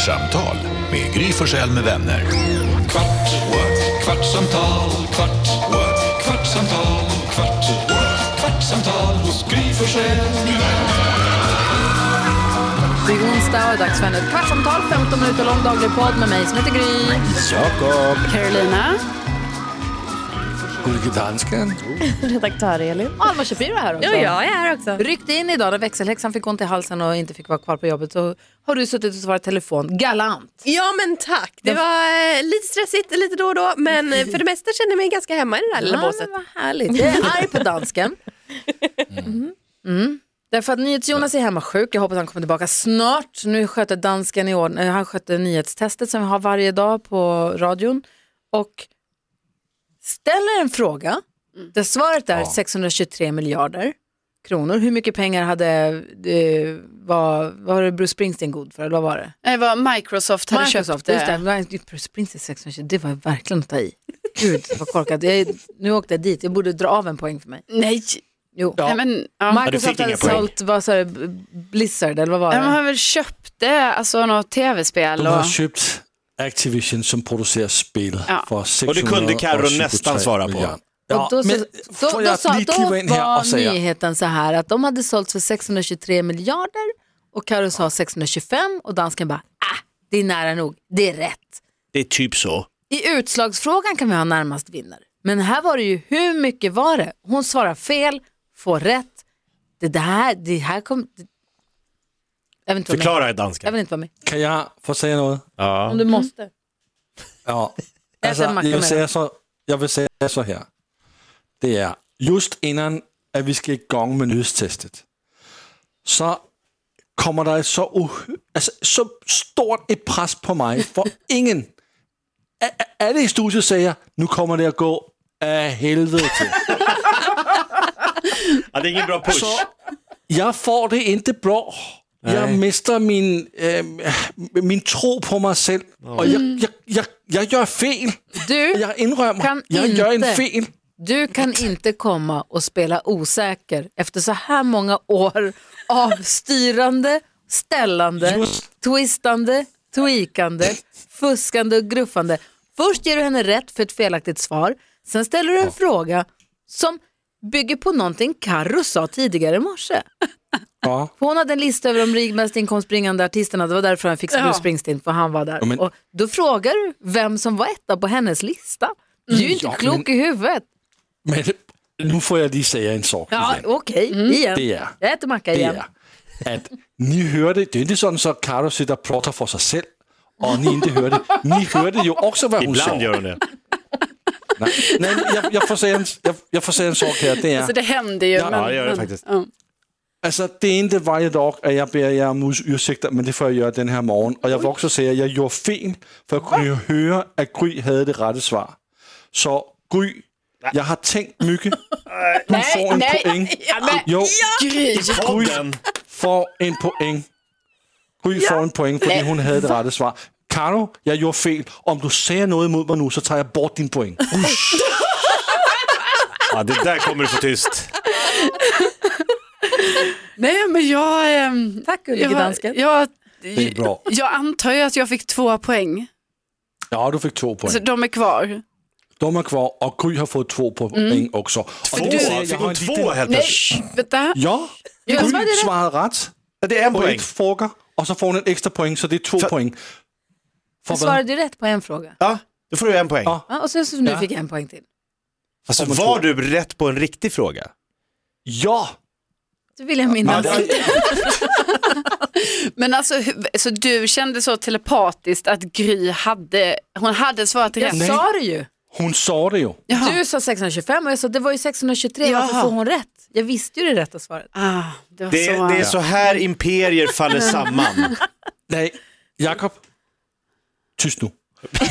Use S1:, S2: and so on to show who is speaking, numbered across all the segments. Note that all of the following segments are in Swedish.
S1: Kvartsamtal med Gry Forssell med vänner. Kvartsamtal, kvartsamtal, kvartsamtal hos Gry Forssell med vänner.
S2: Det är onsdag och dags för ett kvartsamtal, 15 minuter lång daglig podd med mig som heter Gry.
S3: Jakob.
S2: Carolina.
S3: Ulrika Dansken.
S2: Redaktör Elin. Alma Shapiro här också.
S4: Ja, jag är här också.
S2: Ryckte in idag när växelhäxan fick ont i halsen och inte fick vara kvar på jobbet. Så har du suttit och svarat telefon. Galant.
S4: Ja, men tack. Det var lite stressigt lite då och då. Men för det mesta känner jag mig ganska hemma i det där lilla båset.
S2: Vad härligt. Jag är arg på dansken. Därför att NyhetsJonas är hemma sjuk. Jag hoppas han kommer tillbaka snart. Nu sköter dansken i år. Han sköter nyhetstestet som vi har varje dag på radion. Och ställer en fråga. Där svaret är 623 miljarder kronor. Hur mycket pengar hade var det Bruce Springsteen god för? Eller vad var det?
S5: Det var Microsoft hade köpt det.
S2: Bruce Springsteen 620, det var verkligen att ta i. Gud, vad korkat. Nu åkte jag dit. Jag borde dra av en poäng för mig.
S5: Nej.
S2: Jo.
S5: Ja.
S2: Microsoft hade sålt Blizzard eller vad var det?
S5: De har väl köpt det, alltså något tv-spel.
S3: De har köpt Activision som producerar spel för 600.
S6: Och det kunde Karo nästan svara på.
S2: Ja, och då var nyheten så här att de hade sålt för 623 miljarder och Karo sa 625 och dansken bara, det är nära nog, det är rätt.
S6: Det är typ så.
S2: I utslagsfrågan kan vi ha närmast vinnare. Men här var det ju, hur mycket var det? Hon svarar fel, får rätt. Det här kom...
S6: Förklara dansken.
S2: Jag vill inte vara med.
S3: Kan jag få säga något?
S6: Ja.
S2: Om du måste.
S3: Ja. Alltså, jag vill säga så här. Det är just innan att vi ska igång med nyhetstestet så kommer det så stort ett press på mig för ingen alla i studiet säger nu kommer det att gå helvete till.
S6: Ja, det är ingen bra push.
S3: Så jag får det inte bra. Nej. Jag mister min tro på mig själv. Och jag gör fel. Jag inrömmer. Jag gör en fel.
S2: Du kan inte komma och spela osäker efter så här många år av styrande, ställande, twistande, tweakande, fuskande och gruffande. Först ger du henne rätt för ett felaktigt svar. Sen ställer du en fråga som bygger på någonting Karo sa tidigare i morse. Ja. Hon hade en lista över de mest inkomstbringande artisterna. Det var därför han fick Bruce Springsteen, för han var där. Och då frågar du vem som var etta på hennes lista. Du är ju inte klok i huvudet.
S3: Men nu får jag lige säga en sak.
S2: Ja, okej. Igen.
S3: Det är,
S2: jag äter macka igen.
S3: Det är att ni hörde, det är inte sån så Karo sitter och pratar för sig själv och ni inte hörde. Ni hörde ju också vad hon sa.
S6: Ibland gör hon det.
S3: Nej, jag får säga en sak här. Det är,
S5: alltså det händer ju.
S6: Ja, det gör det faktiskt.
S3: Alltså det är inte varje dag att jag ber er om ursäkter, men det får jag göra den här morgon. Och jag vill också säga att jag gjorde fel för att kunna höra att Gry hade det rätta svar. Så Gry, jag har tänkt mycket. Du får en poäng. Gry får en poäng. Gry får en poäng för hon hade det rätta svar. Karo, jag gjorde fel. Om du säger något emot mig nu så tar jag bort din poäng.
S6: Ja, det där kommer du få tyst.
S5: Nej, men jag...
S2: Tack, Ulrika Dansken.
S3: Det är bra.
S5: Jag antar ju att jag fick 2 poäng.
S3: Ja, du fick 2 poäng.
S5: Så de är kvar.
S3: De är kvar och Gry har fått 2 poäng också.
S6: Fick hon 2 helt plötsligt?
S5: Vänta.
S3: Ja, Gry svarade rätt.
S6: Det är en poäng.
S3: Ett fråga och så får hon en extra poäng, så det är 2 poäng.
S2: Du svarade rätt på en fråga.
S6: Ja, då får du en poäng.
S2: Ja, och så nu fick jag en poäng till.
S6: Alltså, var du rätt på en riktig fråga?
S3: Ja.
S2: Det vill jag minnas.
S5: Men alltså, så du kände så telepatiskt att Gry hon hade svarat rätt?
S2: Jag sa det ju.
S3: Hon sa det ju.
S2: Jaha. Du sa 625 och jag sa det var ju 623. Varför får hon rätt? Jag visste ju det rätta svaret.
S6: Det är så här imperier faller samman.
S3: Nej, Jakob. Tyst nu.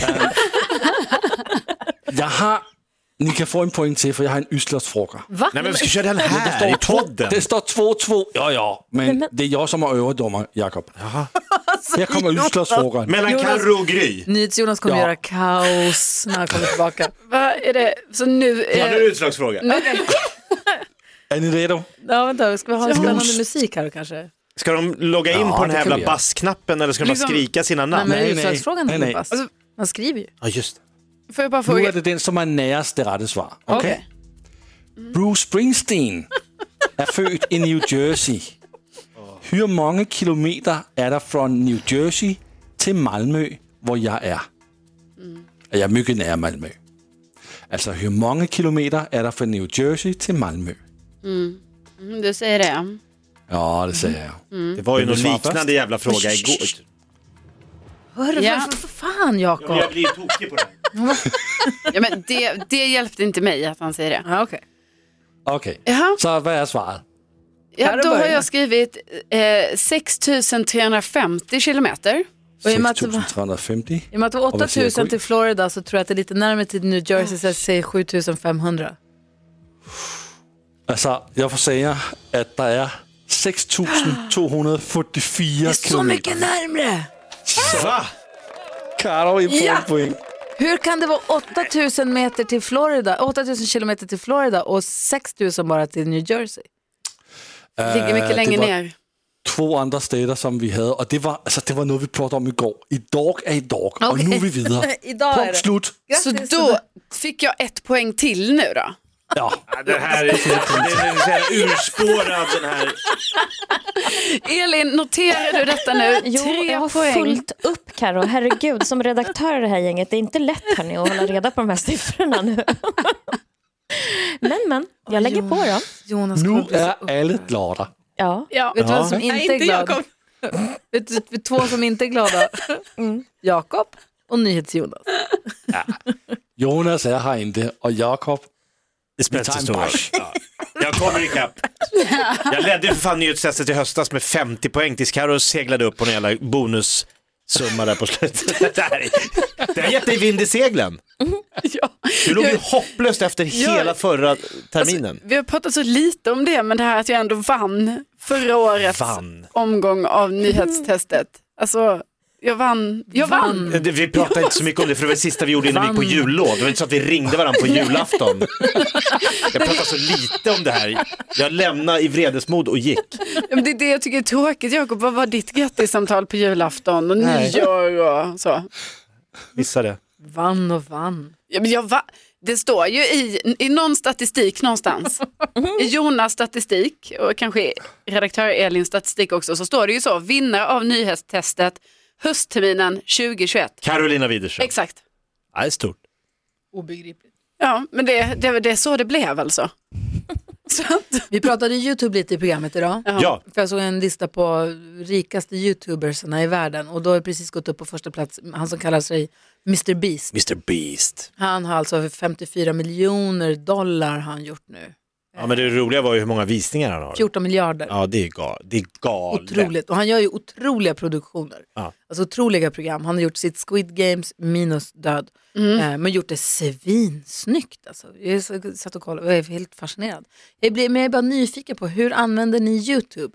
S3: Ni kan få en poäng till, för jag har en utslagsfråga.
S2: Va?
S6: Nej, men vi ska köra den här i podden.
S3: Det står 2-2. Ja, men det är jag som är överdomare, Jakob. Här kommer utslagsfrågan.
S6: Mellan Karo och Gry.
S2: NyhetsJonas kommer göra kaos när han kommer tillbaka.
S5: Vad är det? Så nu...
S6: Nu är det utslagsfråga.
S3: Är ni redo?
S2: Ja, vänta. Ska vi ha en spännande musik här kanske?
S6: Ska de logga in på den här jävla bassknappen eller ska de bara skrika sina namn?
S2: Nej, men
S3: Nej,
S2: utslagsfrågan
S3: nej,
S2: handlar
S3: nej.
S2: pass. Man skriver ju.
S6: Ja, just det.
S5: Får jag bara
S3: Nu
S5: fråga?
S3: är det den som är närast det rätta svar.
S5: Okej.
S3: Bruce Springsteen är född i New Jersey. Hur många kilometer är det från New Jersey till Malmö, var jag är? Jag är mycket nära Malmö. Alltså, hur många kilometer är det från New Jersey till Malmö?
S5: Du säger det.
S3: Ja, det säger jag.
S6: Det var ju
S3: Vill
S6: någon
S3: du svara
S6: liknande
S3: först?
S6: jävla fråga igår.
S2: Hörru,
S5: Ja.
S2: för fan Jakob.
S6: Jag blir tokig på det.
S5: Ja, men det hjälpte inte mig att han säger det.
S2: Ja, okej.
S3: Okej,
S5: Jaha.
S3: så vad är svaret?
S5: Ja,
S2: Kan du
S5: då har
S2: börja?
S5: jag skrivit 6350 kilometer.
S2: Och i och med att det var-
S3: 6350.
S2: I och med att det var
S3: Och vad säger
S2: 8000
S3: Gry?
S2: till Florida så tror jag att det är lite närmare till New Jersey så jag säger 7500.
S3: Altså, jeg får sige, at der er 6.244
S2: Så
S3: kilometer.
S2: mycket närmare!
S6: Va?
S3: Karo i
S2: Ja!
S3: poäng.
S2: Hur kan det vara 8000 meter till Florida, 8000 kilometer till Florida och 6000 bara till New Jersey?
S5: Ligger mycket längre
S3: det var
S5: ner.
S3: 2 andre steder, som vi havde, og det var noget, vi pratade om igår. Idag är idag, och
S2: Okej.
S3: nu är vi vidare.
S2: Idag är
S3: Punkt
S2: det.
S3: slut.
S5: Så då fick jag 1 poäng till nu då.
S3: Ja,
S6: Det här är så här urspårad den här.
S5: Elin, noterar du detta nu?
S7: Jo,
S5: 3
S7: jag har
S5: poäng.
S7: fullt upp, Karo. Herregud, som redaktör i det här gänget, det är inte lätt hörni, att hålla reda på de här siffrorna nu. Men, jag lägger på då.
S2: Jonas
S3: nu
S2: kommer bli så
S3: är alla glada.
S7: Ja.
S5: Ja.
S2: Vet du vem som inte är glad?
S4: Jakob.
S2: Vet du två som inte är glada? Jakob och NyhetsJonas.
S3: Jonas är här inte, och Jakob,
S6: Det spelar inte så stor roll.
S3: bash.
S6: Ja. Jag kommer ikapp. Jag ledde ju för fan nyhetstestet i höstas med 50 poäng tills Karo seglade upp på en jävla bonussumma där på slutet. Det har gett dig vind i seglen.
S5: Ja.
S6: Du låg ju hopplöst efter hela förra terminen.
S5: Vi har pratat så lite om det, men det här att jag ändå vann förra årets omgång av nyhetstestet. Alltså, jag vann.
S6: Vi pratade inte så mycket om det, för det var det sista vi gjorde innan vi gick på jullov. Det var inte så att vi ringde varandra på julafton. Jag pratade så lite om det här. Jag lämnade i vredesmod och gick.
S5: Ja, men det är det jag tycker är tråkigt, Jakob. Vad var ditt grattissamtal på julafton och nyår och så?
S6: Missade det.
S2: Vann och vann.
S5: Ja, men det står ju i någon statistik någonstans. I Jonas statistik och kanske redaktör Elins statistik också, så står det ju så: vinnare av nyhetstestet höstterminen 2021.
S6: Carolina Widerström.
S5: Exakt.
S6: Ja, det är stort.
S2: Obegripligt.
S5: Ja, men det är så det blev alltså. Så att,
S2: Vi pratade YouTube lite i programmet idag.
S6: Ja.
S2: För jag såg en lista på rikaste YouTubersarna i världen och då har jag precis gått upp på första plats, han som kallar sig Mr. Beast.
S6: Mr. Beast.
S2: Han har alltså 54 miljoner dollar har han gjort nu.
S6: Ja, men det roliga var ju hur många visningar han har.
S2: 14 miljarder.
S6: Ja, det är galet.
S2: Otroligt. Och han gör ju otroliga produktioner.
S6: Ja.
S2: Alltså otroliga program. Han har gjort sitt Squid Games minus död. Men gjort det svinsnyggt. Alltså. Jag satt och kollade och jag är helt fascinerad. Men jag är bara nyfiken på hur använder ni YouTube?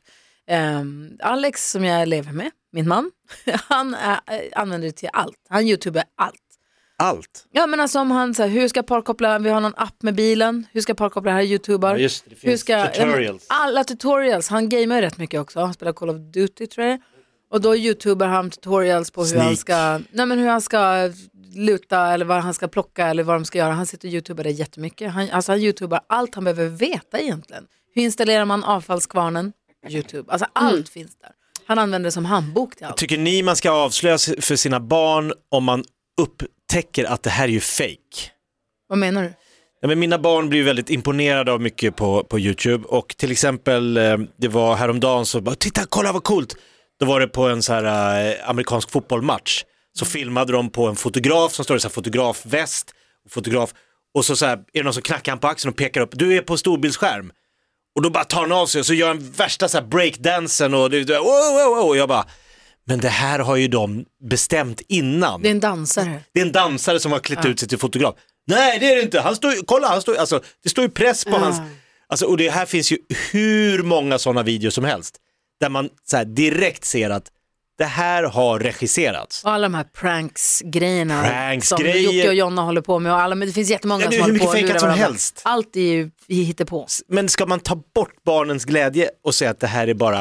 S2: Alex som jag lever med, min man, han använder det till allt. Han YouTuber allt.
S6: Allt.
S2: Ja men alltså om han så här, hur ska parkoppla, vi har någon app med bilen, hur ska parkoppla här YouTuber?
S6: Ja, just det finns tutorials.
S2: Alla tutorials, han gamer ju rätt mycket också, han spelar Call of Duty tror jag. Och då YouTuber han tutorials på hur hur han ska luta eller vad han ska plocka eller vad de ska göra. Han sitter och YouTuber det jättemycket. Han YouTuber allt han behöver veta egentligen. Hur installerar man avfallskvarnen? YouTube. Alltså allt finns där. Han använder det som handbok till allt.
S6: Tycker ni man ska avslöja för sina barn om man upptäcker att det här är ju fake?
S2: Vad menar du?
S6: Ja, men mina barn blir ju väldigt imponerade av mycket på YouTube. Och till exempel, det var häromdagen så bara, titta, kolla vad coolt. Då var det på en så här amerikansk fotbollmatch. Så filmade de på en fotograf som står i så här fotografväst. Och så här, är det någon som knackar han på axeln och pekar upp, du är på storbildsskärm. Och då bara tar han av sig och så gör han värsta så här breakdansen och och jag bara, men det här har ju de bestämt innan.
S2: Det är en dansare.
S6: Det är en dansare som har klätt ut sig till fotograf. Nej, det är det inte. Alltså, det står ju press på hans. Alltså, och det här finns ju hur många sådana videos som helst. Där man så här, direkt ser att det här har regisserats.
S2: Och alla de här pranks-grejerna som Jocke och Jonna håller på med. Men det finns jättemånga som håller på.
S6: Hur mycket fejkat som helst.
S2: Allt är ju hittar på.
S6: Men ska man ta bort barnens glädje och säga att det här är bara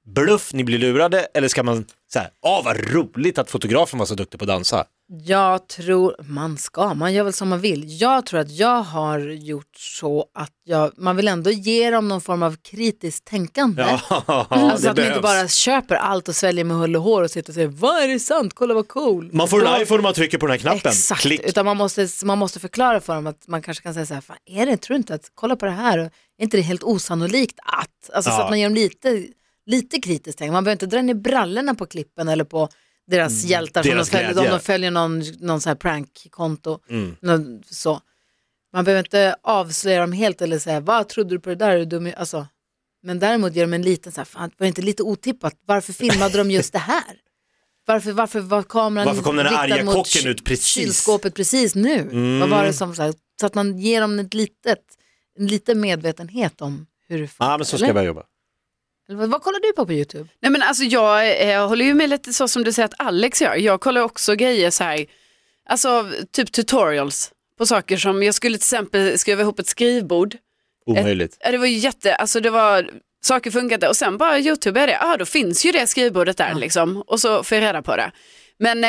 S6: bluff, ni blir lurade, eller ska man säga, vad roligt att fotografen var så duktig på att dansa?
S2: Jag tror man gör väl som man vill. Jag tror att jag har gjort så att man vill ändå ge dem någon form av kritiskt tänkande. Alltså att man inte bara köper allt och sväljer med hull och hår och sitter och säger, vad är det sant? Kolla vad cool.
S6: Man får en iPhone och man trycker på den här knappen.
S2: Exakt,
S6: Klick.
S2: utan man måste förklara för dem att man kanske kan säga så här, fan, tror inte att, kolla på det här, är inte det helt osannolikt att, alltså så att man gör dem lite kritiskt tänk. Man behöver inte dra ner brallorna på klippen eller på deras hjältar som de följer någon så här prankkonto. Så. Man behöver inte avslöja dem helt eller säga, vad trodde du på det där? Alltså, men däremot gör de en liten så här, fan, var det inte lite otippat? Varför filmade de just det här? Varför var kameran
S6: Varför kom den här arga
S2: mot
S6: kocken ut precis?
S2: Kylskåpet precis nu? Vad var det som så att man ger dem en liten medvetenhet om hur det funkar.
S6: Ja, men så ska jag jobba.
S2: Vad kollar du på YouTube?
S5: Nej, men alltså jag håller ju med lite så som du säger att Alex gör. Jag kollar också grejer så här, alltså typ tutorials på saker som jag skulle till exempel skriva ihop ett skrivbord.
S6: Omöjligt.
S5: Det var ju saker funkade och sen bara YouTube är det, då finns ju det skrivbordet där liksom och så får jag reda på det. Men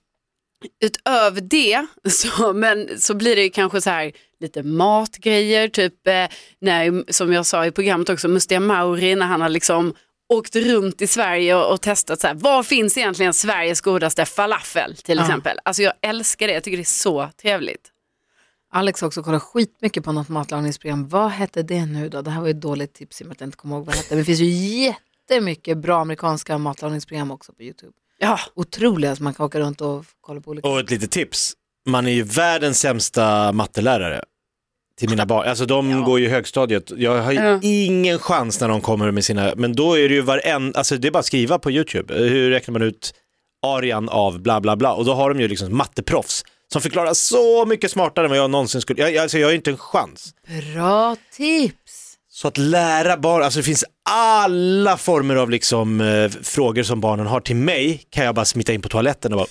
S5: utöver det så blir det ju kanske så här lite matgrejer, typ som jag sa i programmet också, Mustiga Mauri, när han har liksom åkt runt i Sverige och testat så här, vad finns egentligen Sveriges godaste falafel till exempel. Alltså jag älskar det, jag tycker det är så trevligt.
S2: Alex också kollar skitmycket på något matlagningsprogram. Vad hette det nu då? Det här var ju ett dåligt tips i och med att jag inte kommer ihåg vad det hette. Men det finns ju jättemycket bra amerikanska matlagningsprogram också på YouTube. Ja. Otroliga som man kan åka runt och kolla på olika.
S6: Och ett litet tips. Man är ju världens sämsta mattelärare till mina barn. Alltså de går ju högstadiet. Jag har ju ingen chans när de kommer med sina... Men då är det ju alltså det är bara att skriva på YouTube. Hur räknar man ut arian av bla bla bla. Och då har de ju liksom matteproffs som förklarar så mycket smartare än vad jag någonsin skulle... jag har inte en chans.
S2: Bra tips!
S6: Så att lära barn, alltså det finns alla former av liksom frågor som barnen har till mig, kan jag bara smita in på toaletten och bara...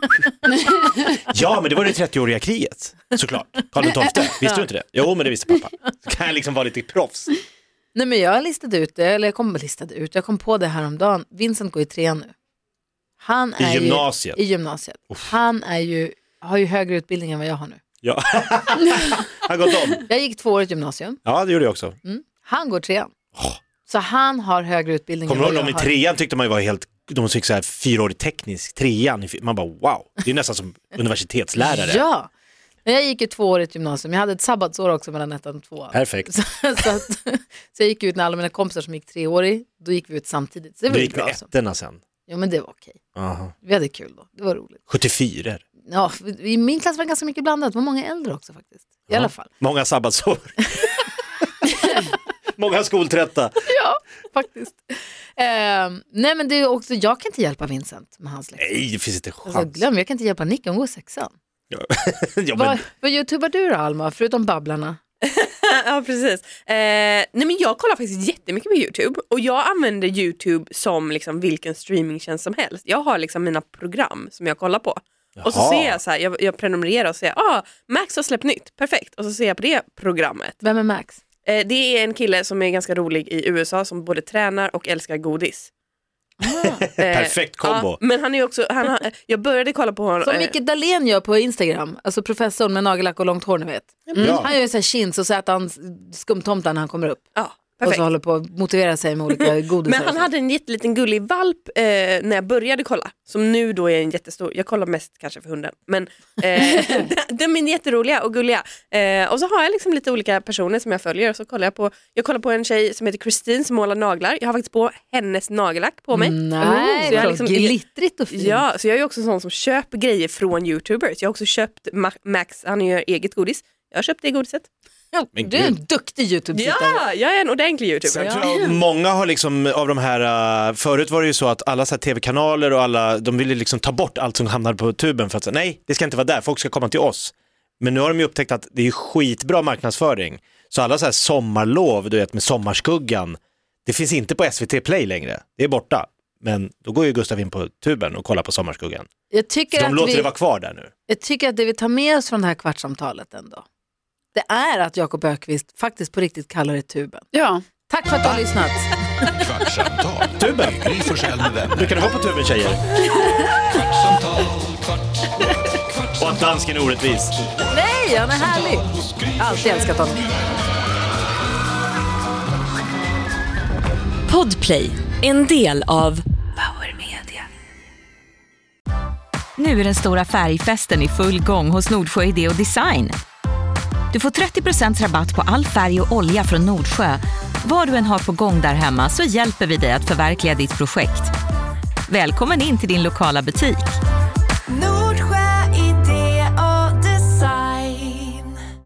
S6: Ja, men det var det 30-åriga kriget, såklart. Karl XII, visste du inte det? Jo, men det visste pappa. Så kan jag liksom vara lite proffs.
S2: Nej, men jag listade ut det, eller jag kom på det häromdagen. Vincent går i 3 nu. Han är
S6: gymnasiet.
S2: I gymnasiet. Han har ju högre utbildning än vad jag har nu.
S6: Ja, han gått om.
S2: Jag gick 2-årigt gymnasium.
S6: Ja, det gjorde jag också.
S2: Han går 3. Så han har högre utbildning än vad jag har.
S6: Kommer du ihåg, i 3:an tyckte man ju var helt... De fick så här 4-årig teknisk, 3:an. Man bara wow, det är nästan som universitetslärare.
S2: Ja, men jag gick ju 2-årigt gymnasium. Jag hade ett sabbatsår också mellan 1 och 2.
S6: Perfekt.
S2: Så jag gick ut när alla mina kompisar som gick 3-årig, då gick vi ut samtidigt. Så det var
S6: du gick med 1:orna sen?
S2: Ja, men det var okej. Vi hade kul då, det var roligt.
S6: 74?
S2: Ja, i min klass var det ganska mycket blandat. Det var många äldre också faktiskt. I alla fall.
S6: Många sabbatsår. Många skoltrötta.
S2: Ja, faktiskt. Nej, men det är också, jag kan inte hjälpa Vincent med hans läxor.
S6: Nej, det finns inte chans.
S2: Alltså, jag kan inte hjälpa Nick, hon går 6:an.
S6: Ja, men...
S2: Vad youtubar du då, Alma, förutom Babblarna?
S4: Ja, precis. Nej, men jag kollar faktiskt jättemycket på YouTube. Och jag använder YouTube som liksom vilken streamingtjänst som helst. Jag har liksom mina program som jag kollar på. Och så ser jag så här, jag prenumererar och ser, Max har släppt nytt, perfekt. Och så ser jag på det programmet.
S2: Vem är Max?
S4: Det är en kille som är ganska rolig i USA som både tränar och älskar godis.
S6: Perfekt kombo.
S4: Ja, men han är också, jag började kolla på honom.
S2: Som Micke Dahlén gör på Instagram, alltså professorn med nagellack och långt hår, ni vet. Han gör så här chins och så äter han skumtomtar när han kommer upp.
S4: Ja.
S2: Perfekt. Och så håller på att motivera sig med olika godisar.
S4: Men han hade en jätteliten gullig valp när jag började kolla. Som nu då är en jättestor. Jag kollar mest kanske för hunden. Men de är jätteroliga och gulliga. Och så har jag liksom lite olika personer som jag följer. Och så kollar jag kollar på en tjej som heter Christine som målar naglar. Jag har faktiskt på hennes nagellack på mig.
S2: Nej,
S4: så jag liksom,
S2: glittrigt och fint.
S4: Ja, så jag är också en sån som köper grejer från YouTubers. Jag har också köpt Max, han gör eget godis. Jag har köpt det godiset.
S2: Ja, du är en duktig YouTube-tittare.
S4: Ja, jag är en ordentlig YouTuber.
S6: Sen tror jag många har liksom av de här, förut var det ju så att alla så här tv-kanaler och alla, de ville liksom ta bort allt som hamnade på tuben för att säga, nej, det ska inte vara där, folk ska komma till oss. Men nu har de ju upptäckt att det är skitbra marknadsföring. Så alla så här sommarlov, du vet, med Sommarskuggan, det finns inte på SVT Play längre. Det är borta. Men då går ju Gustav in på tuben och kollar på Sommarskuggan.
S2: Jag tycker
S6: så de låter det vara kvar där nu.
S2: Jag tycker att det vi tar med oss från det här kvartsamtalet ändå, det är att Jakob Ökvist faktiskt på riktigt kallar det tuben.
S5: Ja.
S2: Tack för att du har lyssnat.
S1: Kvartsamtal
S6: Tuben.
S1: med Gry Forssell med vänner.
S6: Brukar det vara på tuben, tjejer?
S1: Kvartsamtal, kvart,
S6: Och att dansken är orättvis.
S2: Nej, han är härlig. Jag har alltid älskat honom.
S8: Podplay, en del av Power Media. Nu är den stora färgfesten i full gång hos Nordsjö Idé och Design. Du får 30% rabatt på all färg och olja från Nordsjö. Vad du än har på gång där hemma så hjälper vi dig att förverkliga ditt projekt. Välkommen in till din lokala butik.